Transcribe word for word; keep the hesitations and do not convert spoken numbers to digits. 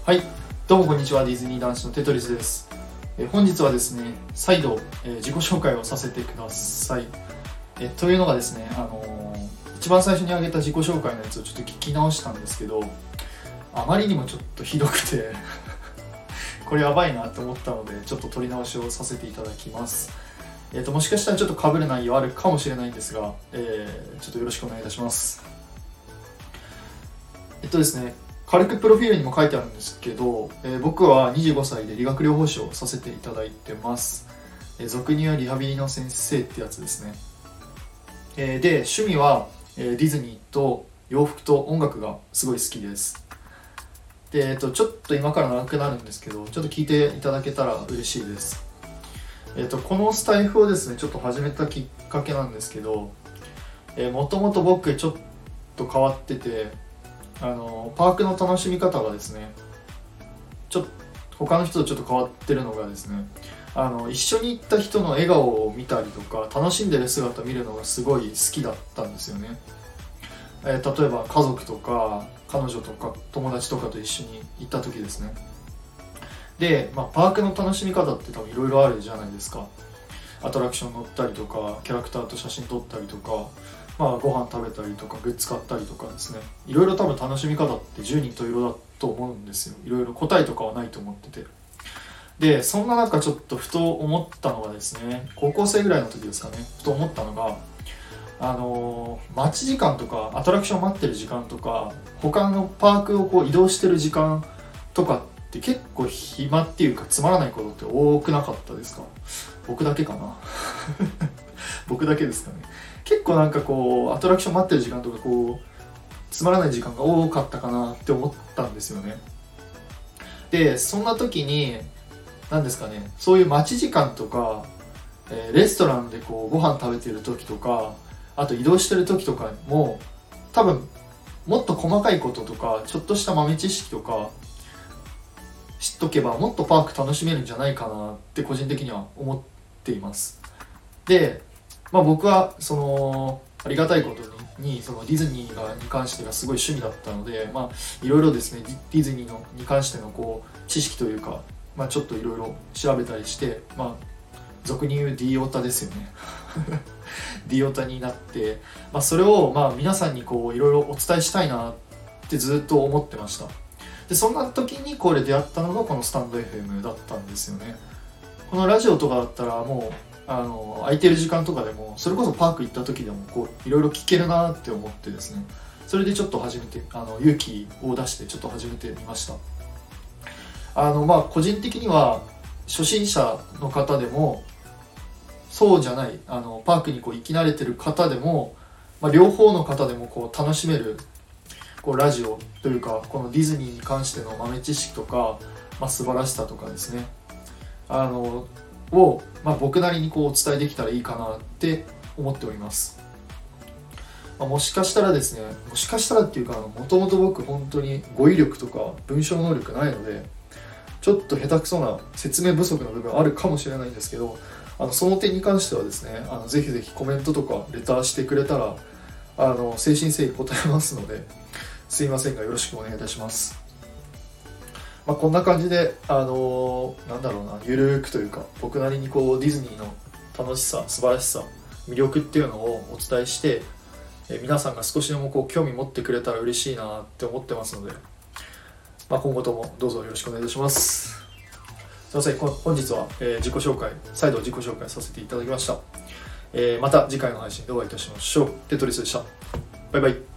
はい、どうもこんにちは。ディズニー男子のテトリスです。え本日はですね、再度、えー、自己紹介をさせてください。えというのがですね、あのー、一番最初に挙げた自己紹介のやつをちょっと聞き直したんですけど、あまりにもちょっとひどくてこれやばいなって思ったので、ちょっと取り直しをさせていただきます。えーと、もしかしたらちょっと被る内容あるかもしれないんですが、えー、ちょっとよろしくお願いいたします。えっとですね、軽くプロフィールにも書いてあるんですけど、えー、僕はにじゅうごさいで理学療法士をさせていただいてます。えー、俗に言うリハビリの先生ってやつですね。えー、で、趣味は、えー、ディズニーと洋服と音楽がすごい好きです。で、えーと、ちょっと今から長くなるんですけど、ちょっと聞いていただけたら嬉しいです。えーと、このスタイフをですね、ちょっと始めたきっかけなんですけど、えー、もともと僕ちょっと変わってて、あのパークの楽しみ方がですね、ちょっと他の人とちょっと変わってるのがですね、あの一緒に行った人の笑顔を見たりとか楽しんでる姿を見るのがすごい好きだったんですよね。えー、例えば家族とか彼女とか友達とかと一緒に行った時ですね。で、まあ、パークの楽しみ方って多分いろいろあるじゃないですか。アトラクション乗ったりとか、キャラクターと写真撮ったりとか、まあ、ご飯食べたりとかグッズ買ったりとかですね、いろいろ多分楽しみ方って十人十色だと思うんですよ。いろいろ答えとかはないと思ってて、でそんな中ちょっとふと思ったのがですね、高校生ぐらいの時ですかね、ふと思ったのが、あのー、待ち時間とかアトラクション待ってる時間とか他のパークをこう移動してる時間とかって結構暇っていうかつまらないことって多くなかったですか？僕だけかな僕だけですかね。結構なんかこうアトラクション待ってる時間とかこうつまらない時間が多かったかなって思ったんですよね。でそんな時に何ですかね、そういう待ち時間とか、えー、レストランでこうご飯食べてる時とか、あと移動してる時とかも多分もっと細かいこととかちょっとした豆知識とか知っとけばもっとパーク楽しめるんじゃないかなって個人的には思っています。でまあ、僕はそのありがたいことににそのディズニーがに関してがすごい趣味だったので、まあ、いろいろですねディズニーのに関してのこう知識というか、まあ、ちょっといろいろ調べたりして、まあ、俗に言う D オタですよねD オタになって、まあ、それをまあ皆さんにこういろいろお伝えしたいなってずっと思ってました。でそんな時にこれ出会ったのがこのスタンド エフエム だったんですよね。このラジオとかだったらもうあの空いてる時間とかでもそれこそパーク行った時でもこういろいろ聞けるなって思ってですね、それでちょっと始めてあの勇気を出してちょっと始めてみました。あのまあ個人的には初心者の方でもそうじゃないあのパークにこう行き慣れてる方でも、まあ、両方の方でもこう楽しめるこうラジオというかこのディズニーに関しての豆知識とか、まあ、素晴らしさとかですねあのを、まあ、僕なりにこうお伝えできたらいいかなって思っております。まあ、もしかしたらですねもしかしたらっていうかもともと僕本当に語彙力とか文章能力ないのでちょっと下手くそな説明不足の部分あるかもしれないんですけど、あのその点に関してはですねあのぜひぜひコメントとかレターしてくれたらあの誠心誠意答えますのですいませんがよろしくお願いいたします。まあ、こんな感じで、あのー、なんだろうな、ゆるーくというか、僕なりにこうディズニーの楽しさ、素晴らしさ、魅力っていうのをお伝えして、え皆さんが少しでもこう興味持ってくれたら嬉しいなって思ってますので、まあ、今後ともどうぞよろしくお願いいたします。すいません、本日は、えー、自己紹介、再度自己紹介させていただきました。えー、また次回の配信でお会いいたしましょう。テトリスでした。バイバイ。